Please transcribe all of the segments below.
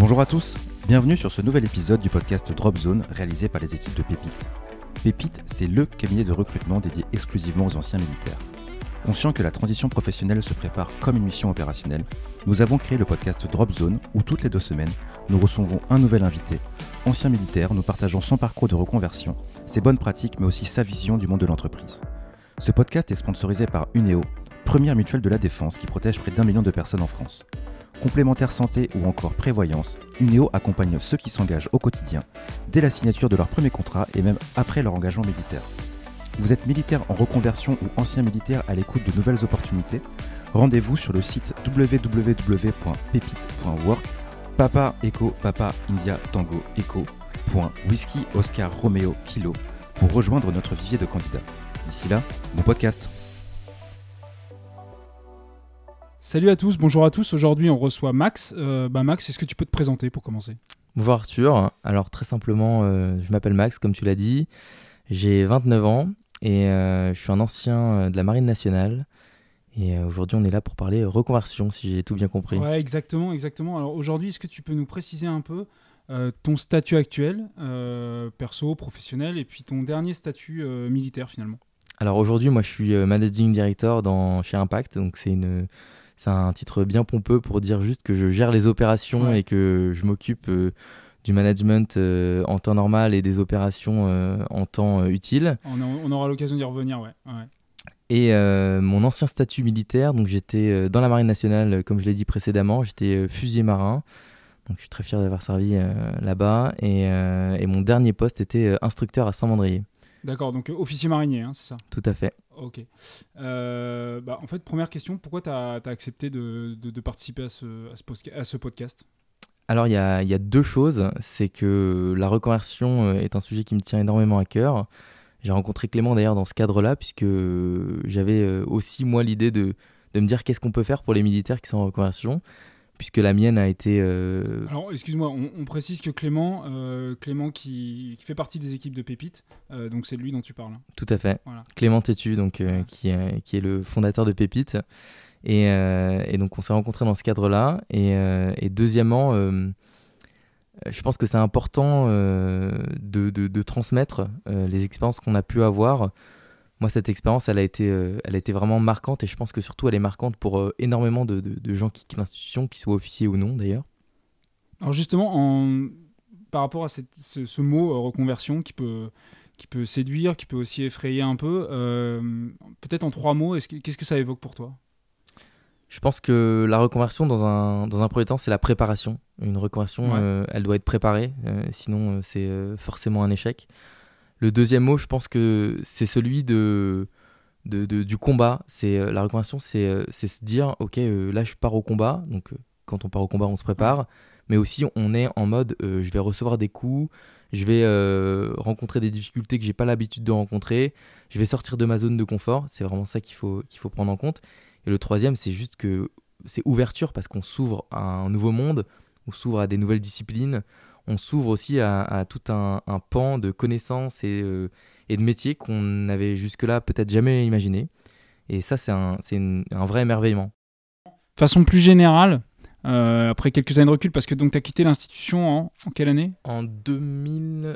Bonjour à tous, bienvenue sur ce nouvel épisode du podcast Drop Zone réalisé par les équipes de Pépite. Pépite, c'est le cabinet de recrutement dédié exclusivement aux anciens militaires. Conscient que la transition professionnelle se prépare comme une mission opérationnelle, nous avons créé le podcast Drop Zone où toutes les 2 semaines, nous recevons un nouvel invité, ancien militaire, nous partageons son parcours de reconversion, ses bonnes pratiques mais aussi sa vision du monde de l'entreprise. Ce podcast est sponsorisé par Uneo, première mutuelle de la défense qui protège près d'1 million de personnes en France. Complémentaire santé ou encore prévoyance, Uneo accompagne ceux qui s'engagent au quotidien, dès la signature de leur premier contrat et même après leur engagement militaire. Vous êtes militaire en reconversion ou ancien militaire à l'écoute de nouvelles opportunités? Rendez-vous sur le site www.pepite.work, Papa Echo Papa India Tango Echo, Whisky Oscar Romeo Kilo pour rejoindre notre vivier de candidats. D'ici là, bon podcast. Salut à tous, bonjour à tous. Aujourd'hui, on reçoit Max. Max, est-ce que tu peux te présenter pour commencer? Bonjour Arthur. Alors très simplement, je m'appelle Max, comme tu l'as dit. J'ai 29 ans et je suis un ancien de la Marine nationale. Et aujourd'hui, on est là pour parler reconversion, si j'ai tout bien compris. Ouais, exactement. Alors aujourd'hui, est-ce que tu peux nous préciser un peu ton statut actuel, perso, professionnel, et puis ton dernier statut militaire finalement? Alors aujourd'hui, moi je suis Managing Director chez Impact, donc c'est un titre bien pompeux pour dire juste que je gère les opérations et que je m'occupe du management en temps normal et des opérations en temps utile. On aura l'occasion d'y revenir, ouais. Et mon ancien statut militaire, donc j'étais dans la Marine nationale, comme je l'ai dit précédemment, j'étais fusilier marin. Donc je suis très fier d'avoir servi là-bas. Et mon dernier poste était instructeur à Saint-Mandrier. D'accord, donc officier marinier, c'est ça? Tout à fait. Ok. En fait, première question, pourquoi tu as accepté de participer à ce podcast? Alors, il y a 2 choses. C'est que la reconversion est un sujet qui me tient énormément à cœur. J'ai rencontré Clément d'ailleurs dans ce cadre-là, puisque j'avais aussi, moi, l'idée de me dire qu'est-ce qu'on peut faire pour les militaires qui sont en reconversion, puisque la mienne a été... Alors, excuse-moi, on précise que Clément qui fait partie des équipes de Pépite, donc c'est de lui dont tu parles. Tout à fait. Voilà. Clément Tétu, donc, qui est le fondateur de Pépite. Et donc, on s'est rencontrés dans ce cadre-là. Et deuxièmement, je pense que c'est important de transmettre les expériences qu'on a pu avoir. Moi, cette expérience, elle a été vraiment marquante et je pense que surtout, elle est marquante pour énormément de gens qui quittent l'institution, qu'ils soient officiers ou non d'ailleurs. Alors justement, par rapport à ce mot reconversion qui peut séduire, qui peut aussi effrayer un peu, peut-être en 3 mots, qu'est-ce que ça évoque pour toi? Je pense que la reconversion, dans un premier temps, c'est la préparation. Une reconversion, elle doit être préparée, sinon c'est forcément un échec. Le deuxième mot, je pense que c'est celui du combat. La reconversion, c'est se dire, ok, là je pars au combat. Donc quand on part au combat, on se prépare. Mais aussi, on est en mode, je vais recevoir des coups, je vais rencontrer des difficultés que j'ai pas l'habitude de rencontrer, je vais sortir de ma zone de confort. C'est vraiment ça qu'il faut prendre en compte. Et le troisième, c'est juste que c'est ouverture parce qu'on s'ouvre à un nouveau monde, on s'ouvre à des nouvelles disciplines. On s'ouvre aussi à tout un pan de connaissances et de métiers qu'on n'avait jusque-là peut-être jamais imaginé. Et ça, c'est un vrai émerveillement. De façon plus générale, après quelques années de recul, parce que tu as quitté l'institution en quelle année? En 2000...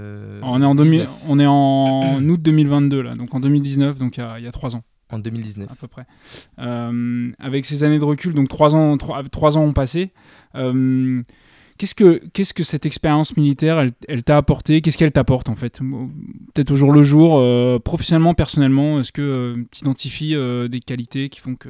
on est en août 2022, là, donc en 2019, donc il y a 3 ans. En 2019. À peu près. Avec ces années de recul, donc 3 ans ont passé. Qu'est-ce que cette expérience militaire, elle t'a apporté? Qu'est-ce qu'elle t'apporte en fait? Peut-être au jour le jour, professionnellement, personnellement, est-ce que tu identifies des qualités qui font que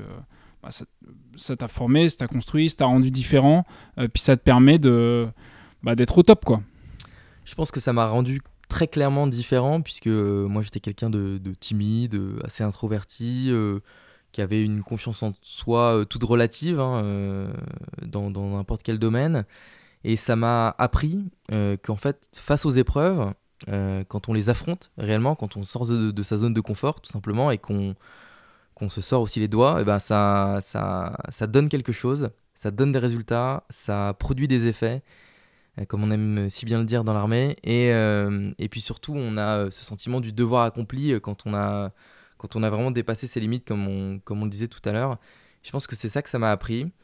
ça t'a formé, ça t'a construit, ça t'a rendu différent, puis ça te permet d'être au top, quoi? Je pense que ça m'a rendu très clairement différent, puisque moi j'étais quelqu'un de timide, assez introverti, qui avait une confiance en soi toute relative dans n'importe quel domaine. Et ça m'a appris qu'en fait, face aux épreuves, quand on les affronte réellement, quand on sort de sa zone de confort, tout simplement, et qu'on se sort aussi les doigts, et ben ça donne quelque chose, ça donne des résultats, ça produit des effets, comme on aime si bien le dire dans l'armée. Et puis surtout, on a ce sentiment du devoir accompli quand on a vraiment dépassé ses limites, comme on le disait tout à l'heure. Je pense que c'est ça que ça m'a appris.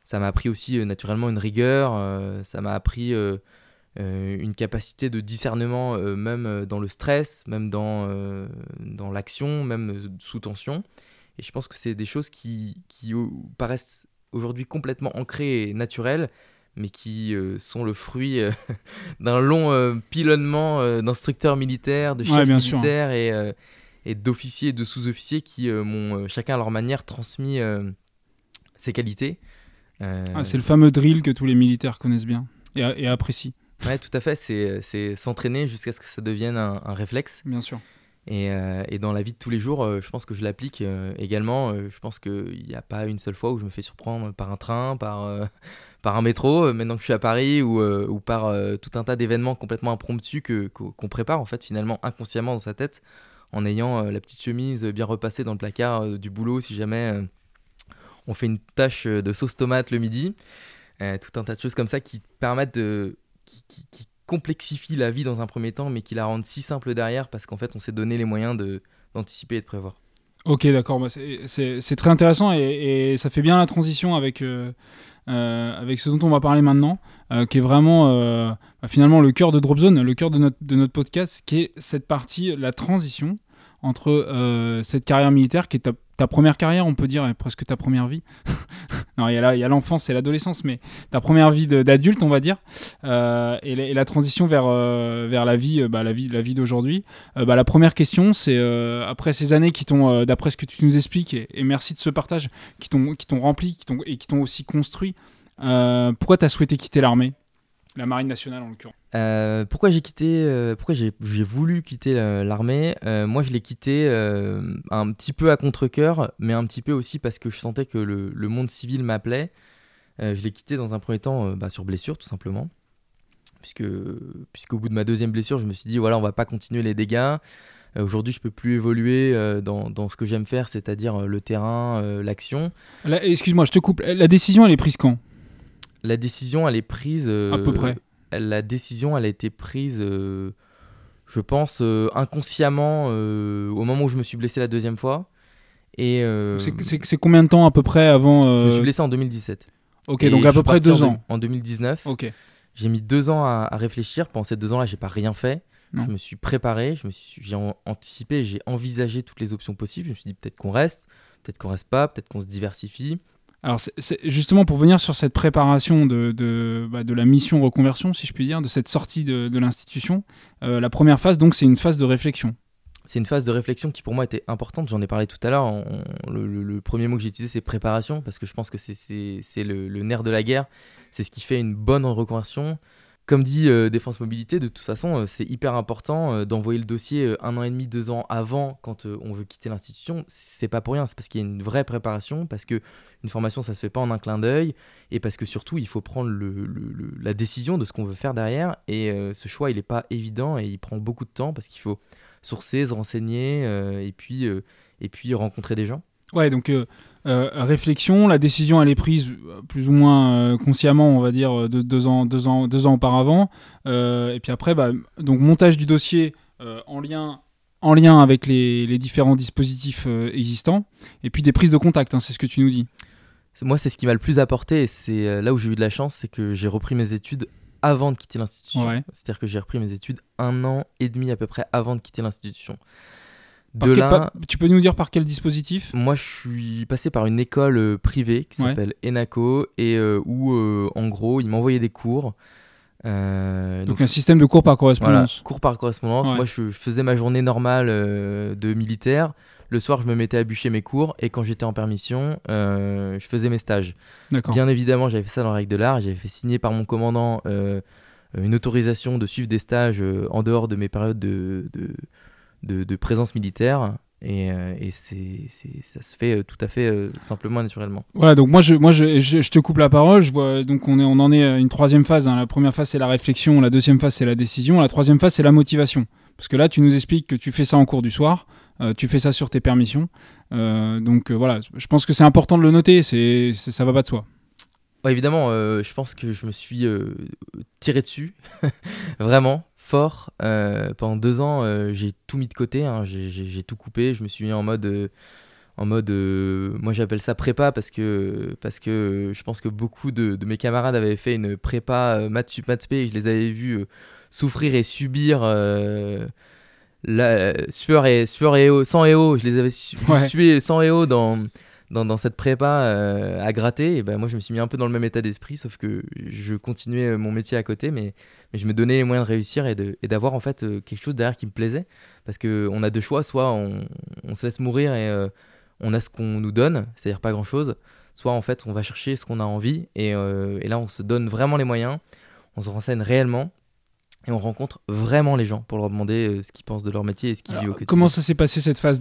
Ça m'a appris aussi naturellement une rigueur, ça m'a appris une capacité de discernement même dans le stress, même dans l'action, même sous tension. Et je pense que c'est des choses qui paraissent aujourd'hui complètement ancrées et naturelles, mais qui sont le fruit d'un long pilonnement d'instructeurs militaires, de chefs militaires et d'officiers et de sous-officiers qui m'ont chacun à leur manière transmis ces qualités. C'est le fameux drill que tous les militaires connaissent bien et apprécient. Ouais, tout à fait, c'est s'entraîner jusqu'à ce que ça devienne un réflexe. Bien sûr. Et dans la vie de tous les jours, je pense que je l'applique également. Je pense qu'il n'y a pas une seule fois où je me fais surprendre par un train, par un métro, maintenant que je suis à Paris, ou par tout un tas d'événements complètement impromptus qu'on prépare en fait finalement inconsciemment dans sa tête, en ayant la petite chemise bien repassée dans le placard du boulot si jamais on fait une tâche de sauce tomate le midi. Tout un tas de choses comme ça qui permettent qui complexifient la vie dans un premier temps, mais qui la rendent si simple derrière parce qu'en fait on s'est donné les moyens d'anticiper et de prévoir. Ok, d'accord, c'est très intéressant et ça fait bien la transition avec ce dont on va parler maintenant, qui est vraiment finalement le cœur de Dropzone, le cœur de notre podcast, qui est cette partie, la transition entre cette carrière militaire qui est ta première carrière, on peut dire, et presque ta première vie. Non, il y a l'enfance et l'adolescence, mais ta première vie d'adulte, on va dire, et la transition vers la vie d'aujourd'hui. La première question, c'est après ces années qui t'ont, d'après ce que tu nous expliques, et merci de ce partage, qui t'ont rempli, qui t'ont aussi construit. Pourquoi tu as souhaité quitter l'armée, la Marine nationale en l'occurrence? Pourquoi j'ai voulu quitter l'armée? Moi, je l'ai quitté un petit peu à contre-cœur, mais un petit peu aussi parce que je sentais que le monde civil m'appelait. Je l'ai quitté dans un premier temps sur blessure, tout simplement. Puisqu'au bout de ma deuxième blessure, je me suis dit, voilà, on va pas continuer les dégâts. Aujourd'hui, je peux plus évoluer dans ce que j'aime faire, c'est-à-dire le terrain, l'action. Excuse-moi, je te coupe. La décision, elle est prise quand? La décision, elle est prise... à peu près. La décision, elle a été prise, je pense, inconsciemment au moment où je me suis blessé la deuxième fois. Et c'est combien de temps à peu près avant Je me suis blessé en 2017. Ok, donc à peu près 2 ans. En 2019. Ok. J'ai mis 2 ans à réfléchir. Pendant ces 2 ans-là, j'ai pas rien fait. Non. Je me suis préparé, j'ai anticipé, j'ai envisagé toutes les options possibles. Je me suis dit peut-être qu'on reste pas, peut-être qu'on se diversifie. Alors, c'est justement pour venir sur cette préparation de la mission reconversion, si je puis dire, de cette sortie de l'institution, la première phase, donc, c'est une phase de réflexion. C'est une phase de réflexion qui, pour moi, était importante. J'en ai parlé tout à l'heure. Le premier mot que j'ai utilisé, c'est préparation, parce que je pense que c'est le nerf de la guerre. C'est ce qui fait une bonne reconversion. Comme dit Défense Mobilité, de toute façon, c'est hyper important d'envoyer le dossier 1 an et demi, 2 ans avant quand on veut quitter l'institution. C'est pas pour rien, c'est parce qu'il y a une vraie préparation, parce qu'une formation, ça se fait pas en un clin d'œil, et parce que surtout, il faut prendre la décision de ce qu'on veut faire derrière. Et ce choix, il n'est pas évident et il prend beaucoup de temps parce qu'il faut sourcer, se renseigner et puis rencontrer des gens. Ouais, donc réflexion, la décision elle est prise plus ou moins consciemment, on va dire, de 2 ans auparavant. Et puis après, donc montage du dossier en lien avec les différents dispositifs existants. Et puis des prises de contact, hein, c'est ce que tu nous dis. Moi, c'est ce qui m'a le plus apporté. Et c'est là où j'ai eu de la chance, c'est que j'ai repris mes études avant de quitter l'institution. Ouais. C'est-à-dire que j'ai repris mes études 1 an et demi à peu près avant de quitter l'institution. Tu peux nous dire par quel dispositif ? Moi, je suis passé par une école privée qui s'appelle ENACO et où, en gros, ils m'envoyaient des cours. Donc un système de cours par correspondance. Voilà, cours par correspondance. Ouais. Moi, je faisais ma journée normale de militaire. Le soir, je me mettais à bûcher mes cours et quand j'étais en permission, je faisais mes stages. D'accord. Bien évidemment, j'avais fait ça dans la règle de l'art. J'avais fait signer par mon commandant une autorisation de suivre des stages en dehors de mes périodes de présence militaire et ça se fait tout à fait simplement et naturellement. Voilà, donc moi je te coupe la parole. Je vois, donc on en est à une 3e phase, hein. La première phase c'est la réflexion, la 2e phase c'est la décision, la 3e phase c'est la motivation. Parce que là tu nous expliques que tu fais ça en cours du soir, tu fais ça sur tes permissions, donc voilà, je pense que c'est important de le noter, ça va pas de soi. Ouais, évidemment, je pense que je me suis tiré dessus, vraiment fort. Pendant 2 ans, j'ai tout mis de côté, hein. J'ai tout coupé. Je me suis mis en mode en mode, moi j'appelle ça prépa parce que je pense que beaucoup de mes camarades avaient fait une prépa maths sup maths spé et je les avais vus souffrir et subir sueur et sang et eau, je les avais suer sang et eau dans cette prépa à gratter. Et ben moi je me suis mis un peu dans le même état d'esprit, sauf que je continuais mon métier à côté, mais je me donnais les moyens de réussir et d'avoir en fait quelque chose derrière qui me plaisait, parce qu'on a deux choix: soit on se laisse mourir et on a ce qu'on nous donne, c'est-à-dire pas grand-chose, soit en fait on va chercher ce qu'on a envie et là on se donne vraiment les moyens, on se renseigne réellement et on rencontre vraiment les gens pour leur demander ce qu'ils pensent de leur métier et ce qu'ils vivent au quotidien. Comment ça s'est passé cette phase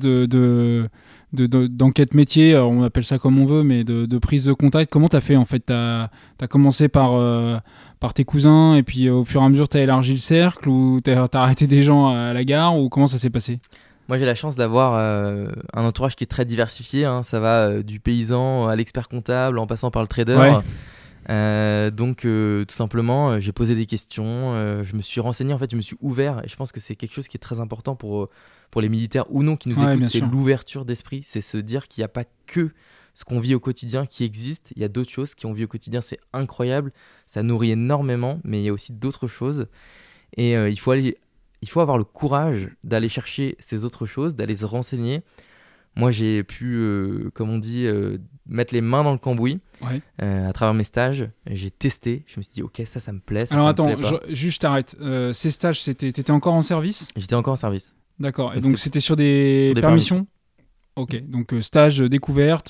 d'enquête métier, on appelle ça comme on veut, mais de prise de contact? Comment t'as fait en fait? T'as commencé par tes cousins et puis au fur et à mesure t'as élargi le cercle, ou t'as arrêté des gens à la gare, ou comment ça s'est passé? Moi j'ai la chance d'avoir un entourage qui est très diversifié, hein. Ça va du paysan à l'expert comptable en passant par le trader. Ouais. Donc tout simplement j'ai posé des questions, je me suis renseigné, en fait je me suis ouvert, et je pense que c'est quelque chose qui est très important pour les militaires ou non qui nous écoutent, c'est l'ouverture d'esprit, c'est se dire qu'il n'y a pas que ce qu'on vit au quotidien qui existe, il y a d'autres choses qu'on vit au quotidien, c'est incroyable, ça nourrit énormément, mais il y a aussi d'autres choses, et il faut avoir le courage d'aller chercher ces autres choses, d'aller se renseigner. Moi, j'ai pu, comme on dit, mettre les mains dans le cambouis à travers mes stages. J'ai testé. Je me suis dit, ok, ça me plaît. Alors attends, juste t'arrête. Ces stages, t'étais encore en service? J'étais encore en service. D'accord. Et donc c'était sur des permissions? Ok. Donc stage découverte,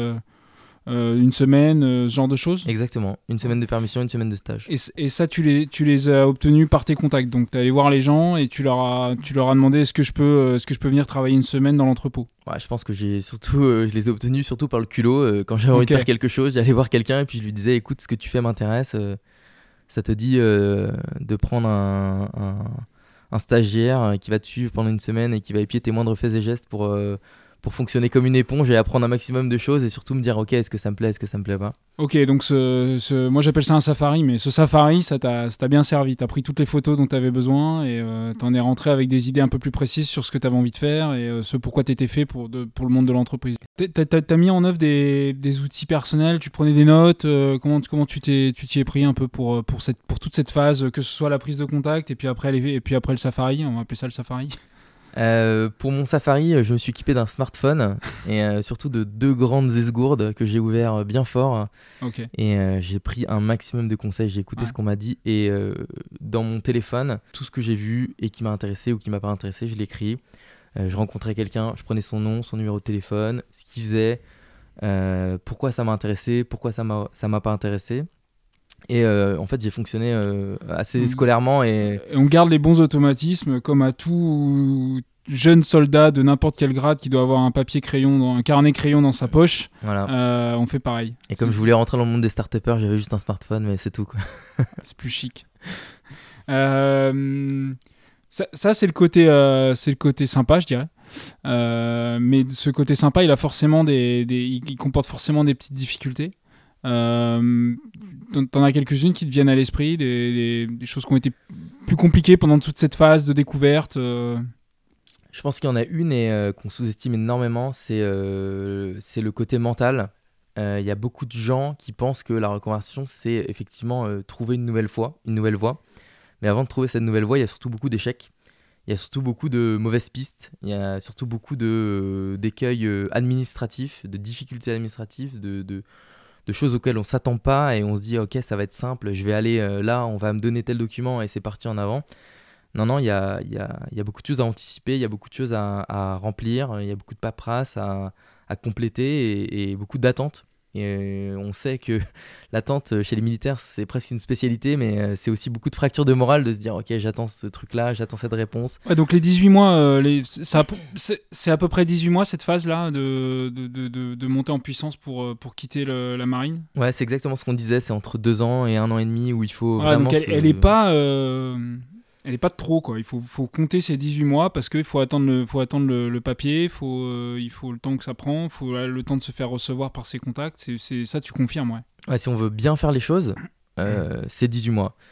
une semaine, ce genre de choses? Exactement. Une semaine de permission, une semaine de stage. Et ça, tu les as obtenus par tes contacts. Donc tu es allé voir les gens et tu leur as demandé est-ce que je peux venir travailler une semaine dans l'entrepôt? Ouais, je pense que je les ai obtenus surtout par le culot. Quand j'avais envie de faire quelque chose, j'allais voir quelqu'un et puis je lui disais, écoute, ce que tu fais m'intéresse. Ça te dit de prendre un stagiaire qui va te suivre pendant une semaine et qui va épier tes moindres faits et gestes pour fonctionner comme une éponge et apprendre un maximum de choses et surtout me dire, ok, est-ce que ça me plaît, est-ce que ça me plaît pas. Ok, donc moi j'appelle ça un safari, mais ce safari, ça t'a bien servi. T'as pris toutes les photos dont t'avais besoin et t'en es rentré avec des idées un peu plus précises sur ce que t'avais envie de faire et ce pourquoi t'étais fait pour le monde de l'entreprise. T'as mis en œuvre des outils personnels, tu prenais des notes, comment tu t'y es pris un peu pour toute cette phase, que ce soit la prise de contact et puis après le safari, on va appeler ça le safari. Pour mon safari, je me suis équipé d'un smartphone et surtout de 2 grandes esgourdes que j'ai ouvertes bien fort. Okay. Et j'ai pris un maximum de conseils, j'ai écouté ce qu'on m'a dit et dans mon téléphone, tout ce que j'ai vu et qui m'a intéressé ou qui m'a pas intéressé, je l'écris. Je rencontrais quelqu'un, je prenais son nom, son numéro de téléphone, ce qu'il faisait, pourquoi ça m'a intéressé, pourquoi ça m'a pas intéressé. Et en fait j'ai fonctionné assez scolairement et on garde les bons automatismes comme à tout jeune soldat de n'importe quel grade qui doit avoir un carnet crayon dans sa poche. Voilà. On fait pareil. Et comme je voulais rentrer dans le monde des start-upers, j'avais juste un smartphone, mais c'est tout quoi. C'est plus chic. Ça c'est le côté sympa, je dirais. Mais ce côté sympa, il comporte forcément des petites difficultés. T'en as quelques-unes qui te viennent à l'esprit, des choses qui ont été plus compliquées pendant toute cette phase de découverte? Je pense qu'il y en a une et qu'on sous-estime énormément, c'est le côté mental. Il y a beaucoup de gens qui pensent que la reconversion, c'est effectivement trouver une nouvelle voie. Mais avant de trouver cette nouvelle voie, il y a surtout beaucoup d'échecs. Il y a surtout beaucoup de mauvaises pistes. Il y a surtout beaucoup d'écueils administratifs, de difficultés administratives, de choses auxquelles on ne s'attend pas et on se dit ok, ça va être simple, je vais aller là, on va me donner tel document et c'est parti en avant. Non, il y a beaucoup de choses à anticiper, il y a beaucoup de choses à remplir, il y a beaucoup de paperasse à compléter et beaucoup d'attentes. Et on sait que l'attente chez les militaires, c'est presque une spécialité, mais c'est aussi beaucoup de fractures de morale de se dire ok, j'attends ce truc-là, j'attends cette réponse. Ouais, donc les 18 mois, c'est à peu près 18 mois cette phase-là de monter en puissance pour quitter la marine? Ouais, c'est exactement ce qu'on disait, c'est entre 2 ans et 1 an et demi où il faut vraiment... Donc elle est pas de trop, quoi. Il faut compter ces 18 mois parce qu'il faut attendre le papier, il faut le temps que ça prend, il faut le temps de se faire recevoir par ses contacts. C'est ça, tu confirmes, ouais. Ouais, si on veut bien faire les choses, c'est 18 mois.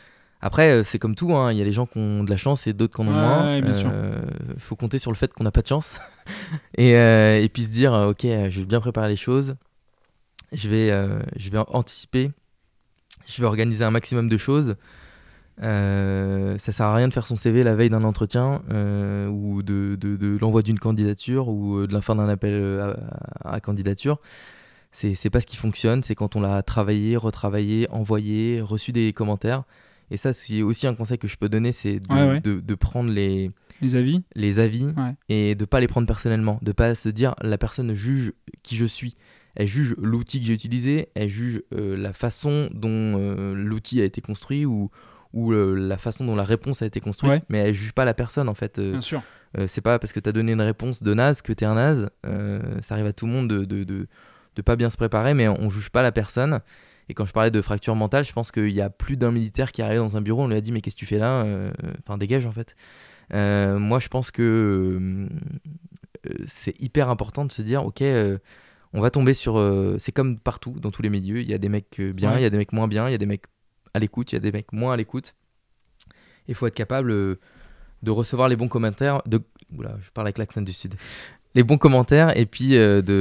Après, c'est comme tout, hein. Il y a les gens qui ont de la chance et d'autres qui en ont moins. Ouais, bien sûr. Faut compter sur le fait qu'on n'a pas de chance. Et puis se dire, ok, je vais bien préparer les choses. Je vais anticiper. Je vais organiser un maximum de choses. Ça sert à rien de faire son CV la veille d'un entretien ou de l'envoi d'une candidature ou de la fin d'un appel à candidature. C'est pas ce qui fonctionne. C'est quand on l'a travaillé, retravaillé, envoyé, reçu des commentaires. Et ça, c'est aussi un conseil que je peux donner, c'est de prendre les avis, et de pas les prendre personnellement, de pas se dire la personne juge qui je suis. Elle juge l'outil que j'ai utilisé, elle juge la façon dont l'outil a été construit ou la façon dont la réponse a été construite, mais elle juge pas la personne en fait. Bien sûr. C'est pas parce que tu as donné une réponse de naze que tu es un naze. Ça arrive à tout le monde de pas bien se préparer, mais on juge pas la personne. Et quand je parlais de fracture mentale, je pense qu'il y a plus d'un militaire qui est arrivé dans un bureau, on lui a dit mais qu'est-ce que tu fais là, enfin dégage en fait. Moi je pense que c'est hyper important de se dire ok, on va tomber sur... c'est comme partout, dans tous les milieux, il y a des mecs bien, il y a des mecs moins bien, il y a des mecs à l'écoute, il y a des mecs moins à l'écoute. Il faut être capable de recevoir les bons commentaires, Oula, je parle avec l'accent du Sud. Les bons commentaires et puis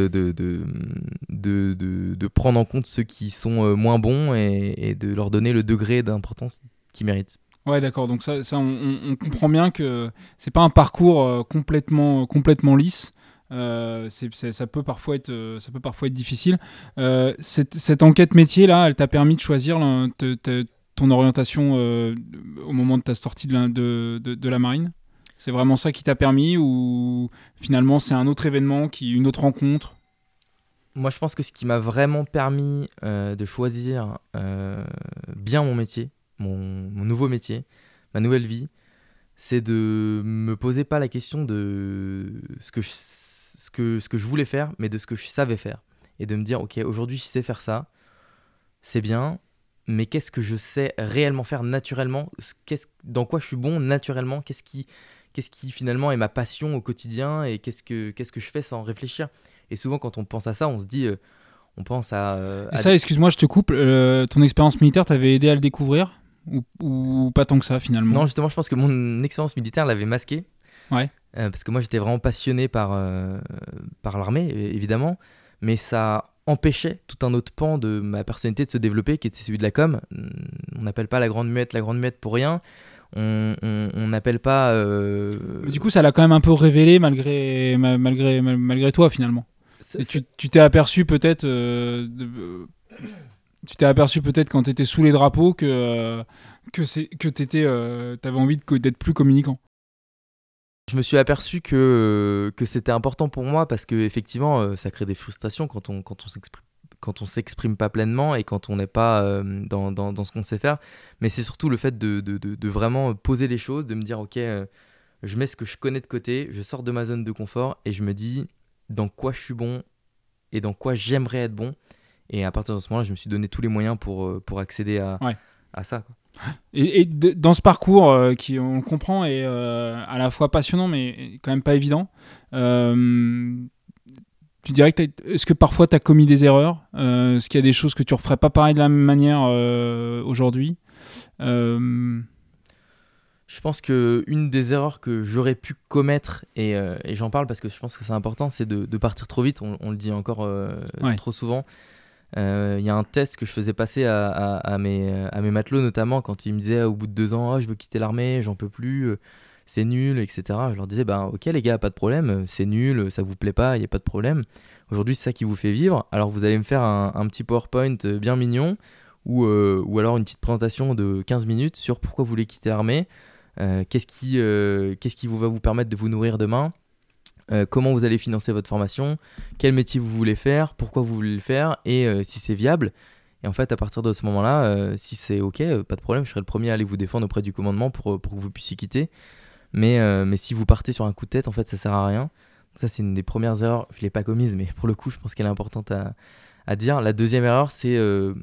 de prendre en compte ceux qui sont moins bons et de leur donner le degré d'importance qu'ils méritent. Ouais, d'accord. Donc ça on comprend bien que c'est pas un parcours complètement lisse. Ça peut parfois être difficile. Cette enquête métier là, elle t'a permis de choisir ton orientation au moment de ta sortie de la marine. C'est vraiment ça qui t'a permis ou finalement c'est un autre événement, une autre rencontre? Moi je pense que ce qui m'a vraiment permis de choisir bien mon métier, mon nouveau métier, ma nouvelle vie, c'est de me poser pas la question de ce que je voulais faire, mais de ce que je savais faire. Et de me dire, ok, aujourd'hui je sais faire ça, c'est bien, mais qu'est-ce que je sais réellement faire naturellement, dans quoi je suis bon naturellement, qu'est-ce qui finalement est ma passion au quotidien et qu'est-ce que je fais sans réfléchir. Et souvent quand on pense à ça, on se dit, on pense à... Et ça, excuse-moi, je te coupe, ton expérience militaire t'avait aidé à le découvrir ou pas tant que ça finalement? Non, justement, je pense que mon expérience militaire l'avait masqué. Ouais. Parce que moi j'étais vraiment passionné par l'armée, évidemment, mais ça empêchait tout un autre pan de ma personnalité de se développer, qui était celui de la com. On n'appelle pas la grande muette pour rien. On n'appelle pas... Mais du coup, ça l'a quand même un peu révélé malgré toi finalement. Et tu t'es aperçu peut-être... Tu t'es aperçu peut-être quand tu étais sous les drapeaux que t'avais envie d'être plus communicant. Je me suis aperçu que c'était important pour moi parce que effectivement, ça crée des frustrations quand on s'exprime pas pleinement et quand on n'est pas dans ce qu'on sait faire. Mais c'est surtout le fait de vraiment poser les choses, de me dire ok, je mets ce que je connais de côté, je sors de ma zone de confort et je me dis dans quoi je suis bon et dans quoi j'aimerais être bon. Et à partir de ce moment-là, je me suis donné tous les moyens pour accéder à ça, quoi. Et dans ce parcours qui, on le comprend, est à la fois passionnant mais quand même pas évident, tu dirais que est-ce que parfois tu as commis des erreurs, est-ce qu'il y a des choses que tu referais pas pareil de la même manière aujourd'hui? Je pense qu'une des erreurs que j'aurais pu commettre, et j'en parle parce que je pense que c'est important, c'est de partir trop vite. On le dit encore trop souvent. Y a un test que je faisais passer à mes matelots, notamment quand ils me disaient au bout de 2 ans, oh, je veux quitter l'armée, j'en peux plus, c'est nul, etc. Je leur disais, ok les gars, pas de problème, c'est nul, ça vous plaît pas, il n'y a pas de problème. Aujourd'hui, c'est ça qui vous fait vivre. Alors vous allez me faire un petit PowerPoint bien mignon ou alors une petite présentation de 15 minutes sur pourquoi vous voulez quitter l'armée, qu'est-ce qui va vous permettre de vous nourrir demain. Comment vous allez financer votre formation, quel métier vous voulez faire, pourquoi vous voulez le faire et si c'est viable. Et en fait, à partir de ce moment-là, si c'est ok, pas de problème, je serai le premier à aller vous défendre auprès du commandement pour que vous puissiez quitter. Mais si vous partez sur un coup de tête, en fait, ça sert à rien. Donc ça, c'est une des premières erreurs. Je ne l'ai pas commise, mais pour le coup, je pense qu'elle est importante à dire. La deuxième erreur, c'est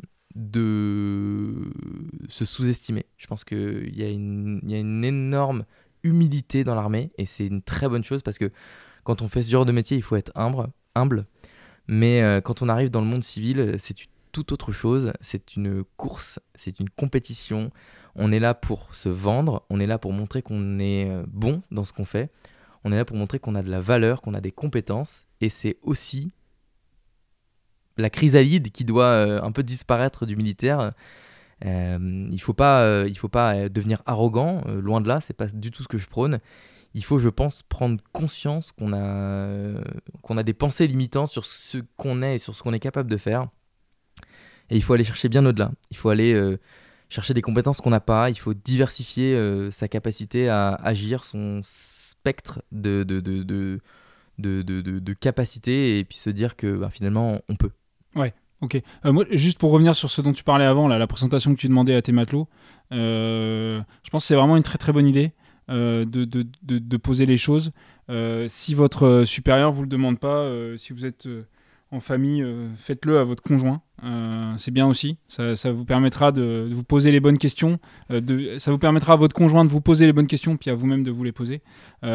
de se sous-estimer. Je pense qu'il y a une énorme humilité dans l'armée et c'est une très bonne chose parce que quand on fait ce genre de métier, il faut être humble. Mais quand on arrive dans le monde civil, toute autre chose. C'est une course, c'est une compétition. On est là pour se vendre, on est là pour montrer qu'on est bon dans ce qu'on fait. On est là pour montrer qu'on a de la valeur, qu'on a des compétences. Et c'est aussi la chrysalide qui doit un peu disparaître du militaire. Il faut pas devenir arrogant, loin de là, c'est pas du tout ce que je prône. Il faut, je pense, prendre conscience qu'on a des pensées limitantes sur ce qu'on est et sur ce qu'on est capable de faire. Et il faut aller chercher bien au-delà. Il faut aller chercher des compétences qu'on n'a pas. Il faut diversifier sa capacité à agir, son spectre de capacités, et puis se dire que finalement, on peut. Ouais, ok. Moi, juste pour revenir sur ce dont tu parlais avant, là, la présentation que tu demandais à tes matelots, je pense que c'est vraiment une très très bonne idée. De poser les choses. Si votre supérieur vous le demande pas, si vous êtes en famille, faites-le à votre conjoint. C'est bien aussi. Ça vous permettra de vous poser les bonnes questions. Ça vous permettra à votre conjoint de vous poser les bonnes questions, puis à vous-même de vous les poser.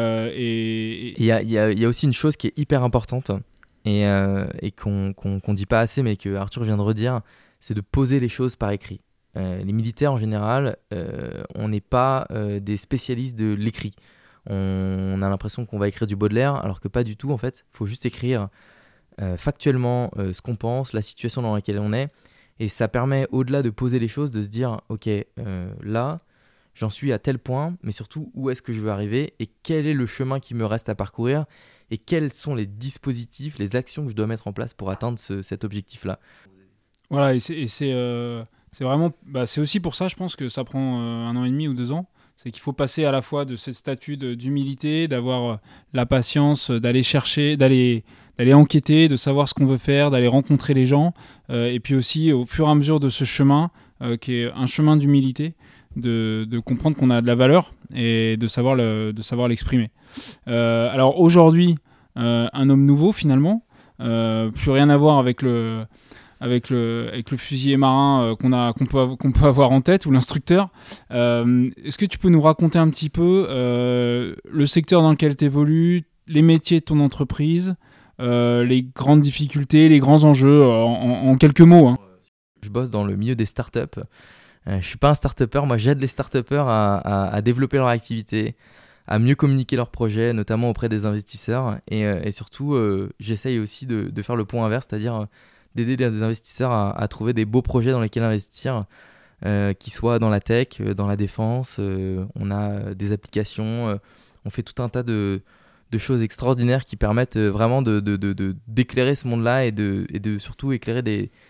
Il y a aussi une chose qui est hyper importante et qu'on dit pas assez, mais que Arthur vient de redire, c'est de poser les choses par écrit. Les militaires en général, on n'est pas des spécialistes de l'écrit. On a l'impression qu'on va écrire du Baudelaire, alors que pas du tout en fait. Il faut juste écrire factuellement ce qu'on pense, la situation dans laquelle on est. Et ça permet, au-delà de poser les choses, de se dire ok, là, j'en suis à tel point, mais surtout où est-ce que je veux arriver et quel est le chemin qui me reste à parcourir et quels sont les dispositifs, les actions que je dois mettre en place pour atteindre cet objectif-là. Voilà, et c'est vraiment, c'est aussi pour ça, je pense que ça prend 1 an et demi ou 2 ans. C'est qu'il faut passer à la fois de cette statut d'humilité, d'avoir la patience, d'aller chercher, d'aller enquêter, de savoir ce qu'on veut faire, d'aller rencontrer les gens, et puis aussi au fur et à mesure de ce chemin, qui est un chemin d'humilité, de comprendre qu'on a de la valeur et de savoir l'exprimer. Alors aujourd'hui, un homme nouveau finalement, plus rien à voir avec le fusilier marin qu'on peut avoir en tête, ou l'instructeur. Est-ce que tu peux nous raconter un petit peu le secteur dans lequel tu évolues, les métiers de ton entreprise, les grandes difficultés, les grands enjeux, en quelques mots, hein. Je bosse dans le milieu des startups. Je ne suis pas un start-upper, moi j'aide les start-uppers à développer leur activité, à mieux communiquer leurs projets, notamment auprès des investisseurs. Et surtout, j'essaye aussi de faire le point inverse, c'est-à-dire d'aider les investisseurs à trouver des beaux projets dans lesquels investir, qui soient dans la tech, dans la défense. On a des applications, on fait tout un tas de choses extraordinaires qui permettent vraiment d'éclairer ce monde-là et de surtout éclairer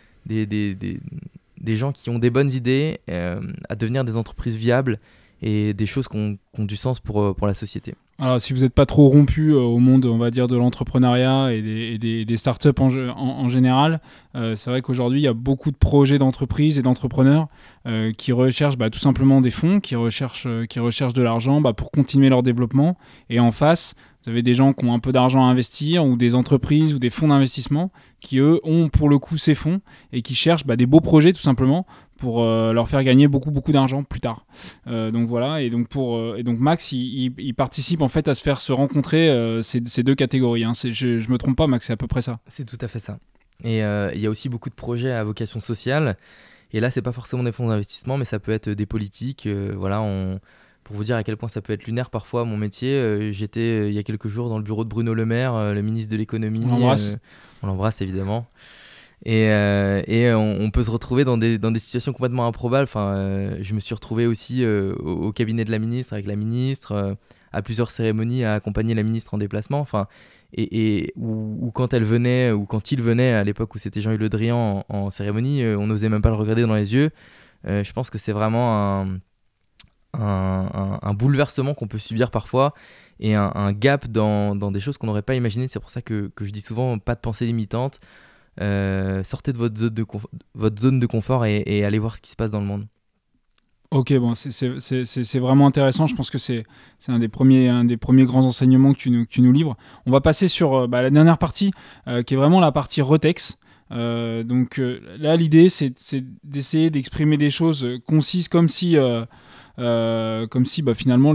des gens qui ont des bonnes idées à devenir des entreprises viables et des choses qui ont du sens pour la société. Alors, si vous n'êtes pas trop rompu au monde, on va dire, de l'entrepreneuriat et des startups en général, c'est vrai qu'aujourd'hui, il y a beaucoup de projets d'entreprises et d'entrepreneurs qui recherchent tout simplement des fonds, qui recherchent de l'argent pour continuer leur développement. Et en face, vous avez des gens qui ont un peu d'argent à investir, ou des entreprises ou des fonds d'investissement qui, eux, ont pour le coup ces fonds et qui cherchent des beaux projets tout simplement pour leur faire gagner beaucoup d'argent plus tard. Donc voilà, et donc Max, il participe en fait à se rencontrer ces deux catégories, hein. Je me trompe pas, Max, c'est à peu près ça. C'est tout à fait ça. Et il y a aussi beaucoup de projets à vocation sociale. Et là, c'est pas forcément des fonds d'investissement, mais ça peut être des politiques. Pour vous dire à quel point ça peut être lunaire parfois, mon métier, j'étais il y a quelques jours dans le bureau de Bruno Le Maire, le ministre de l'économie. On l'embrasse évidemment. Et on peut se retrouver dans des situations complètement improbables. Je me suis retrouvé aussi au cabinet de la ministre, avec la ministre, à plusieurs cérémonies, à accompagner la ministre en déplacement. Ou quand elle venait, ou quand il venait, à l'époque où c'était Jean-Yves Le Drian en cérémonie, on n'osait même pas le regarder dans les yeux. Je pense que c'est vraiment un bouleversement qu'on peut subir parfois, et un gap dans des choses qu'on n'aurait pas imaginées. C'est pour ça que je dis souvent, pas de pensée limitante. Sortez de votre zone de confort et allez voir ce qui se passe dans le monde. Ok, bon, c'est vraiment intéressant. Je pense que c'est un des premiers grands enseignements que tu nous livres. On va passer sur la dernière partie, qui est vraiment la partie Retex. Donc là, l'idée, c'est d'essayer d'exprimer des choses concises, comme si comme si finalement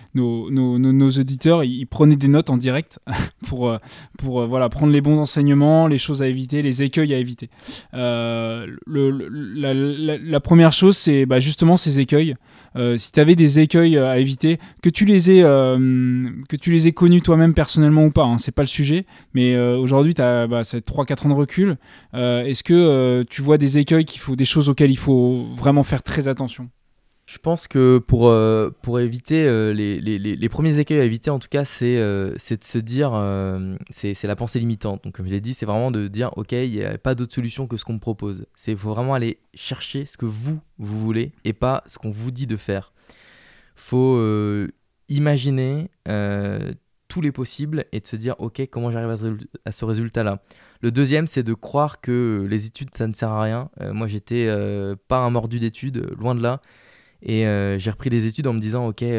nos auditeurs ils prenaient des notes en direct pour prendre les bons enseignements, les choses à éviter, les écueils à éviter. La première chose, c'est justement ces écueils. Si tu avais des écueils à éviter, que tu les aies connus toi-même personnellement ou pas, hein, c'est pas le sujet, mais aujourd'hui tu as 3-4 ans de recul. Est-ce que tu vois des écueils, des choses auxquelles il faut vraiment faire très attention? Je pense que pour éviter les premiers écueils à éviter, en tout cas, c'est de se dire, c'est la pensée limitante. Donc, comme je l'ai dit, c'est vraiment de dire, ok, il n'y a pas d'autre solution que ce qu'on me propose. Il faut vraiment aller chercher ce que vous voulez et pas ce qu'on vous dit de faire. Il faut imaginer tous les possibles et de se dire, ok, comment j'arrive à ce résultat-là. Le deuxième, c'est de croire que les études, ça ne sert à rien. Moi, j'étais pas un mordu d'études, loin de là. Et j'ai repris les études en me disant ok,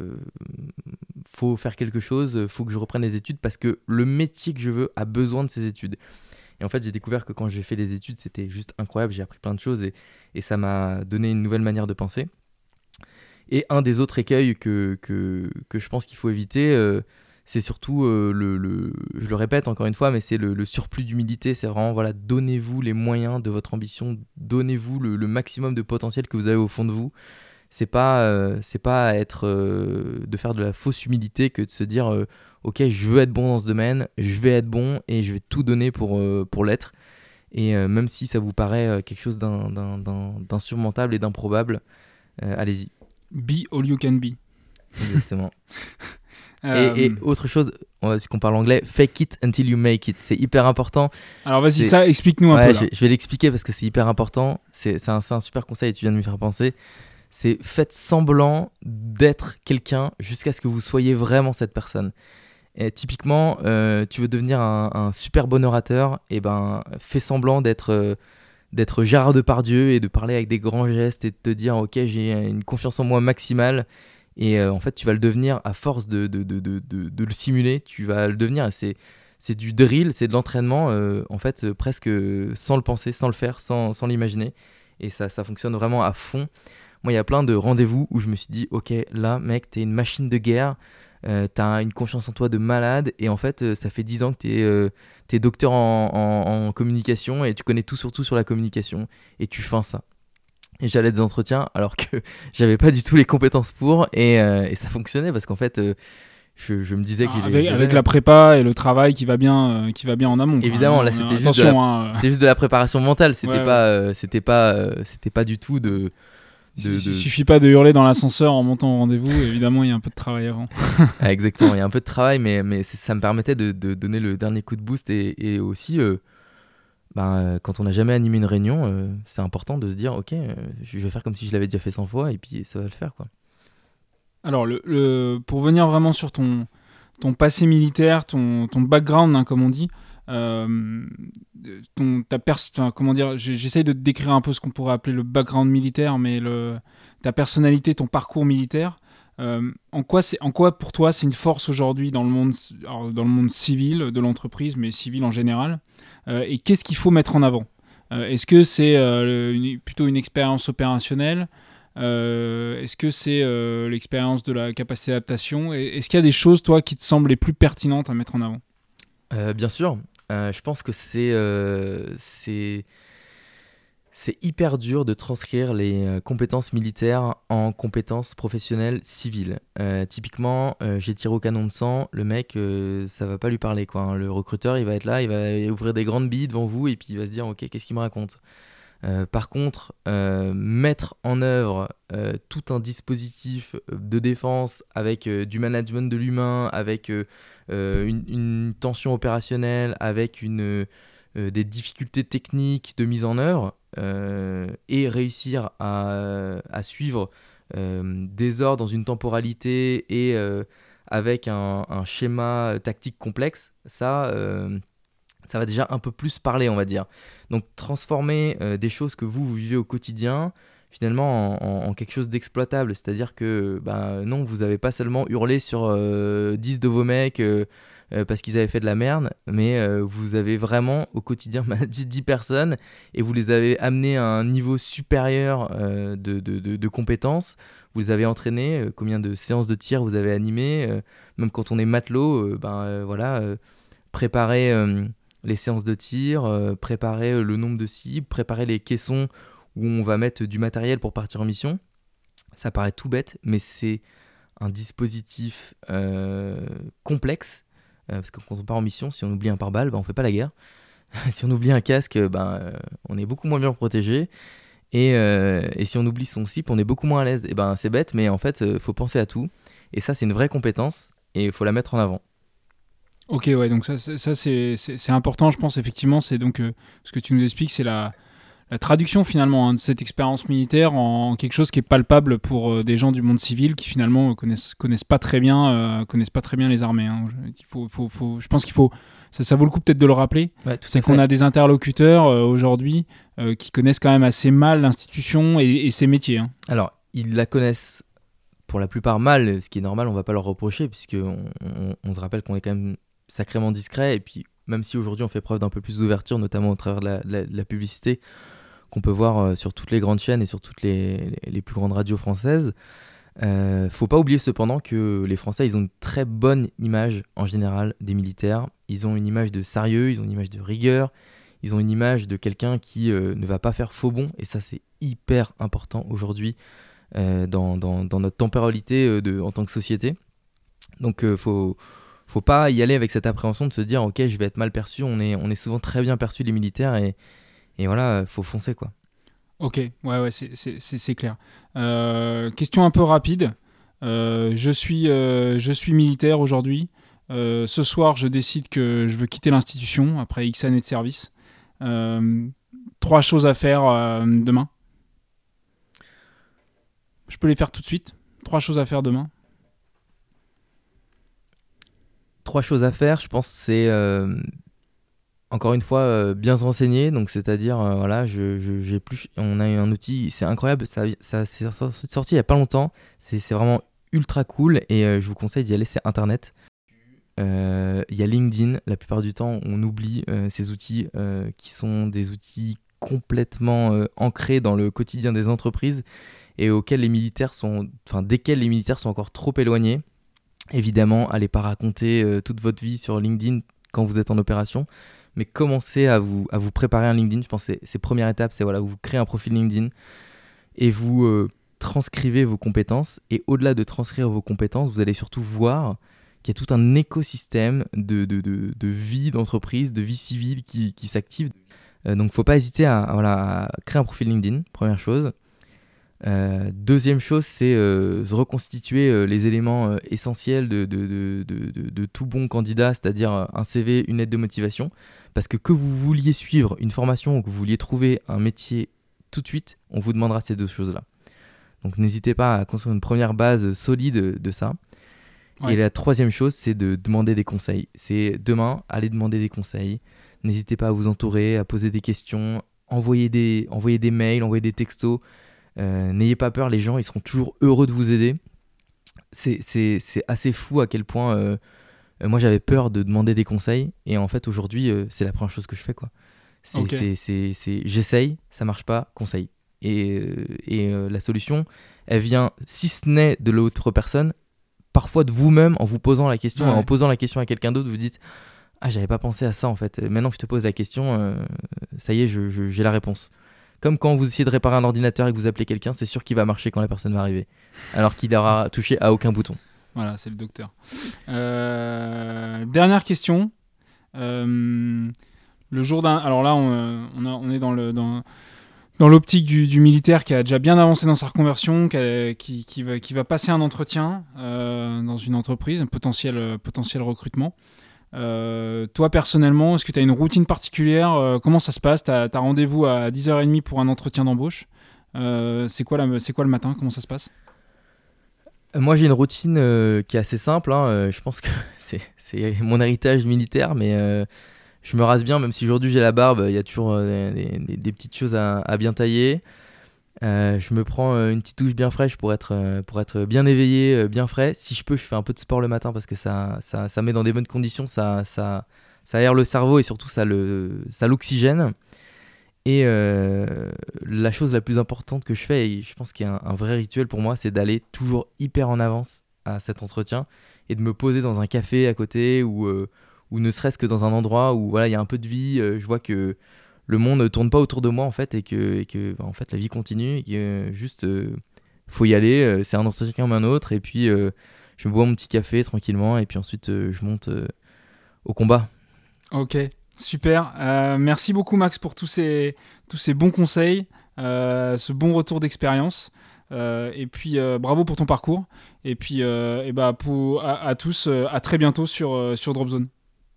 faut faire quelque chose, faut que je reprenne les études parce que le métier que je veux a besoin de ces études. Et en fait, j'ai découvert que quand j'ai fait les études, c'était juste incroyable, j'ai appris plein de choses et ça m'a donné une nouvelle manière de penser. Et un des autres écueils que je pense qu'il faut éviter, c'est surtout, je le répète encore une fois, mais c'est le surplus d'humilité. C'est vraiment, voilà, donnez-vous les moyens de votre ambition, donnez-vous le maximum de potentiel que vous avez au fond de vous. C'est pas être de faire de la fausse humilité que de se dire ok, je veux être bon dans ce domaine, je vais être bon et je vais tout donner pour l'être. Et même si ça vous paraît quelque chose d'insurmontable et d'improbable, allez-y. Be all you can be. Exactement. Et autre chose, puisqu'on parle anglais, fake it until you make it. C'est hyper important. Alors vas-y, ça, explique-nous un peu. Là. Je vais l'expliquer parce que c'est hyper important. C'est un super conseil et tu viens de me faire penser. C'est faites semblant d'être quelqu'un jusqu'à ce que vous soyez vraiment cette personne. Et typiquement, tu veux devenir un super bon orateur, et fais semblant d'être Gérard Depardieu et de parler avec des grands gestes et de te dire ok, j'ai une confiance en moi maximale. Et en fait, tu vas le devenir à force de le simuler. Tu vas le devenir. C'est du drill, c'est de l'entraînement, en fait, presque sans le penser, sans le faire, sans l'imaginer. Et ça fonctionne vraiment à fond. Moi, il y a plein de rendez-vous où je me suis dit, ok, là, mec, t'es une machine de guerre, t'as une confiance en toi de malade, et en fait, ça fait 10 ans que t'es docteur en communication, et tu connais tout surtout sur la communication, et tu feins ça. Et j'allais à des entretiens alors que j'avais pas du tout les compétences pour, et ça fonctionnait parce qu'en fait, je me disais que avec la prépa et le travail qui va bien en amont. Évidemment, là c'était juste de la préparation mentale, c'était pas du tout de. Il suffit pas de hurler dans l'ascenseur en montant au rendez-vous. Évidemment, il y a un peu de travail avant. Exactement, il y a un peu de travail, mais ça me permettait de donner le dernier coup de boost et aussi. Quand on n'a jamais animé une réunion, c'est important de se dire ok, je vais faire comme si je l'avais déjà fait 100 fois et puis ça va le faire, quoi. Alors pour venir vraiment sur ton passé militaire, ton background, hein, comme on dit, comment dire, j'essaye de te décrire un peu ce qu'on pourrait appeler le background militaire, mais ta personnalité, ton parcours militaire, en quoi pour toi c'est une force aujourd'hui dans le monde civil de l'entreprise, mais civil en général, et qu'est-ce qu'il faut mettre en avant? Est-ce que c'est plutôt une expérience opérationnelle? Est-ce que c'est l'expérience de la capacité d'adaptation? Est-ce qu'il y a des choses, toi, qui te semblent les plus pertinentes à mettre en avant? Bien sûr. Je pense que c'est hyper dur de transcrire les compétences militaires en compétences professionnelles civiles. Typiquement, j'ai tiré au canon de sang, le mec, ça va pas lui parler, quoi, hein. Le recruteur, il va être là, il va ouvrir des grandes billes devant vous et puis il va se dire ok, qu'est-ce qu'il me raconte? Par contre, mettre en œuvre tout un dispositif de défense avec du management de l'humain, avec une tension opérationnelle, avec des difficultés techniques de mise en œuvre, et réussir à suivre des ordres dans une temporalité et avec un schéma tactique complexe, ça va déjà un peu plus parler, on va dire. Donc transformer des choses que vous vivez au quotidien finalement en quelque chose d'exploitable, c'est-à-dire que non, vous n'avez pas seulement hurlé sur 10 de vos mecs parce qu'ils avaient fait de la merde, mais vous avez vraiment au quotidien managé 10 personnes et vous les avez amenés à un niveau supérieur de compétences. vous les avez entraînés, combien de séances de tir vous avez animées, même quand on est matelot, préparer les séances de tir, préparer le nombre de cibles, préparer les caissons où on va mettre du matériel pour partir en mission. Ça paraît tout bête, mais c'est un dispositif complexe, parce que quand on part en mission, si on oublie un pare-balles, on fait pas la guerre. Si on oublie un casque, on est beaucoup moins bien protégé. Et si on oublie son slip, on est beaucoup moins à l'aise. Et c'est bête, mais en fait, faut penser à tout. Et ça, c'est une vraie compétence et il faut la mettre en avant. Ok, ouais, donc ça c'est important, je pense, effectivement. C'est donc ce que tu nous expliques, c'est la traduction finalement de cette expérience militaire en quelque chose qui est palpable pour des gens du monde civil qui finalement connaissent pas très bien les armées. Hein. Je pense qu'il faut ça vaut le coup peut-être de le rappeler. Ouais, c'est qu'on a des interlocuteurs aujourd'hui qui connaissent quand même assez mal l'institution et ses métiers. Hein. Alors, ils la connaissent pour la plupart mal, ce qui est normal, on va pas leur reprocher puisque on se rappelle qu'on est quand même sacrément discret et puis même si aujourd'hui on fait preuve d'un peu plus d'ouverture, notamment au travers de la publicité qu'on peut voir sur toutes les grandes chaînes et sur toutes les plus grandes radios françaises. Faut pas oublier cependant que les Français, ils ont une très bonne image en général des militaires. Ils ont une image de sérieux, ils ont une image de rigueur, ils ont une image de quelqu'un qui ne va pas faire faux bond. Et ça, c'est hyper important aujourd'hui dans notre temporalité en tant que société. Donc, faut pas y aller avec cette appréhension de se dire ok, je vais être mal perçu. On est souvent très bien perçu les militaires et voilà, faut foncer quoi. Ok, ouais, c'est clair. Question un peu rapide. Je suis militaire aujourd'hui. Ce soir, je décide que je veux quitter l'institution après X années de service. 3 choses à faire demain. Je peux les faire tout de suite. 3 choses à faire demain. 3 choses à faire, je pense, c'est encore une fois bien se renseigner. Donc, c'est-à-dire, on a un outil, c'est incroyable, ça c'est sorti il n'y a pas longtemps. C'est vraiment ultra cool et je vous conseille d'y aller, c'est Internet. Il y a LinkedIn, la plupart du temps, on oublie ces outils qui sont des outils complètement ancrés dans le quotidien des entreprises et desquels les militaires sont encore trop éloignés. Évidemment, allez pas raconter toute votre vie sur LinkedIn quand vous êtes en opération, mais commencez à vous préparer un LinkedIn. Je pense que c'est première étape, c'est voilà, vous créez un profil LinkedIn et vous transcrivez vos compétences. Et au-delà de transcrire vos compétences, vous allez surtout voir qu'il y a tout un écosystème de vie d'entreprise, de vie civile qui s'active. Donc, faut pas hésiter à créer un profil LinkedIn, première chose. Deuxième chose, c'est se reconstituer les éléments essentiels de tout bon candidat, c'est-à-dire un CV, une lettre de motivation, parce que vous vouliez suivre une formation ou que vous vouliez trouver un métier tout de suite, on vous demandera ces 2 choses-là. Donc n'hésitez pas à construire une première base solide de ça. Ouais. Et la 3e chose, c'est de demander des conseils. C'est demain, allez demander des conseils. N'hésitez pas à vous entourer, à poser des questions, envoyer des mails, envoyer des textos. N'ayez pas peur, les gens ils seront toujours heureux de vous aider. C'est assez fou à quel point moi j'avais peur de demander des conseils et en fait aujourd'hui c'est la première chose que je fais quoi. J'essaye, ça marche pas, conseil. Et la solution elle vient, si ce n'est de l'autre personne, parfois de vous-même en vous posant la question, en posant la question à quelqu'un d'autre, vous dites ah j'avais pas pensé à ça en fait, maintenant que je te pose la question ça y est j'ai la réponse. Comme quand vous essayez de réparer un ordinateur et que vous appelez quelqu'un, c'est sûr qu'il va marcher quand la personne va arriver, alors qu'il n'aura touché à aucun bouton. Voilà, c'est le docteur. Dernière question. Le jour d'un... Alors là, on est dans l'optique du militaire qui a déjà bien avancé dans sa reconversion, qui va passer un entretien dans une entreprise, un potentiel recrutement. Toi personnellement, est-ce que tu as une routine particulière? Comment ça se passe? Tu as rendez-vous à 10h30 pour un entretien d'embauche. C'est quoi le matin? Comment ça se passe? Moi j'ai une routine qui est assez simple. Je pense que c'est mon héritage militaire, mais je me rase bien, même si aujourd'hui j'ai la barbe. Il y a toujours des petites choses à bien tailler. Je me prends une petite douche bien fraîche pour être bien éveillé, bien frais. Si je peux, je fais un peu de sport le matin parce que ça met dans des bonnes conditions, ça aère le cerveau et surtout ça l'oxygène. Et la chose la plus importante que je fais, et je pense qu'il y a un vrai rituel pour moi, c'est d'aller toujours hyper en avance à cet entretien et de me poser dans un café à côté ou ne serait-ce que dans un endroit où voilà, il y a un peu de vie, je vois que le monde ne tourne pas autour de moi en fait et que en fait, la vie continue et que juste faut y aller, c'est un entretien comme un autre et puis je me bois mon petit café tranquillement et puis ensuite je monte au combat. Ok, super. Merci beaucoup Max pour tous ces bons conseils, ce bon retour d'expérience. Et puis bravo pour ton parcours. Et puis à tous, à très bientôt sur Dropzone.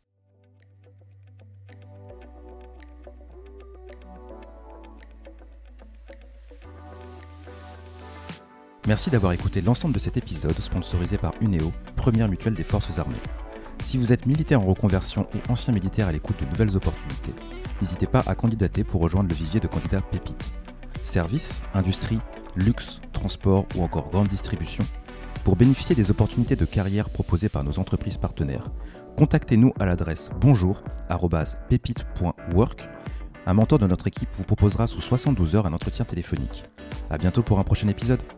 Merci d'avoir écouté l'ensemble de cet épisode sponsorisé par Uneo, première mutuelle des forces armées. Si vous êtes militaire en reconversion ou ancien militaire à l'écoute de nouvelles opportunités, n'hésitez pas à candidater pour rejoindre le vivier de candidats pépites. Services, industrie, luxe, transport ou encore grande distribution. Pour bénéficier des opportunités de carrière proposées par nos entreprises partenaires, contactez-nous à l'adresse bonjour@pepite.work. Un mentor de notre équipe vous proposera sous 72 heures un entretien téléphonique. À bientôt pour un prochain épisode.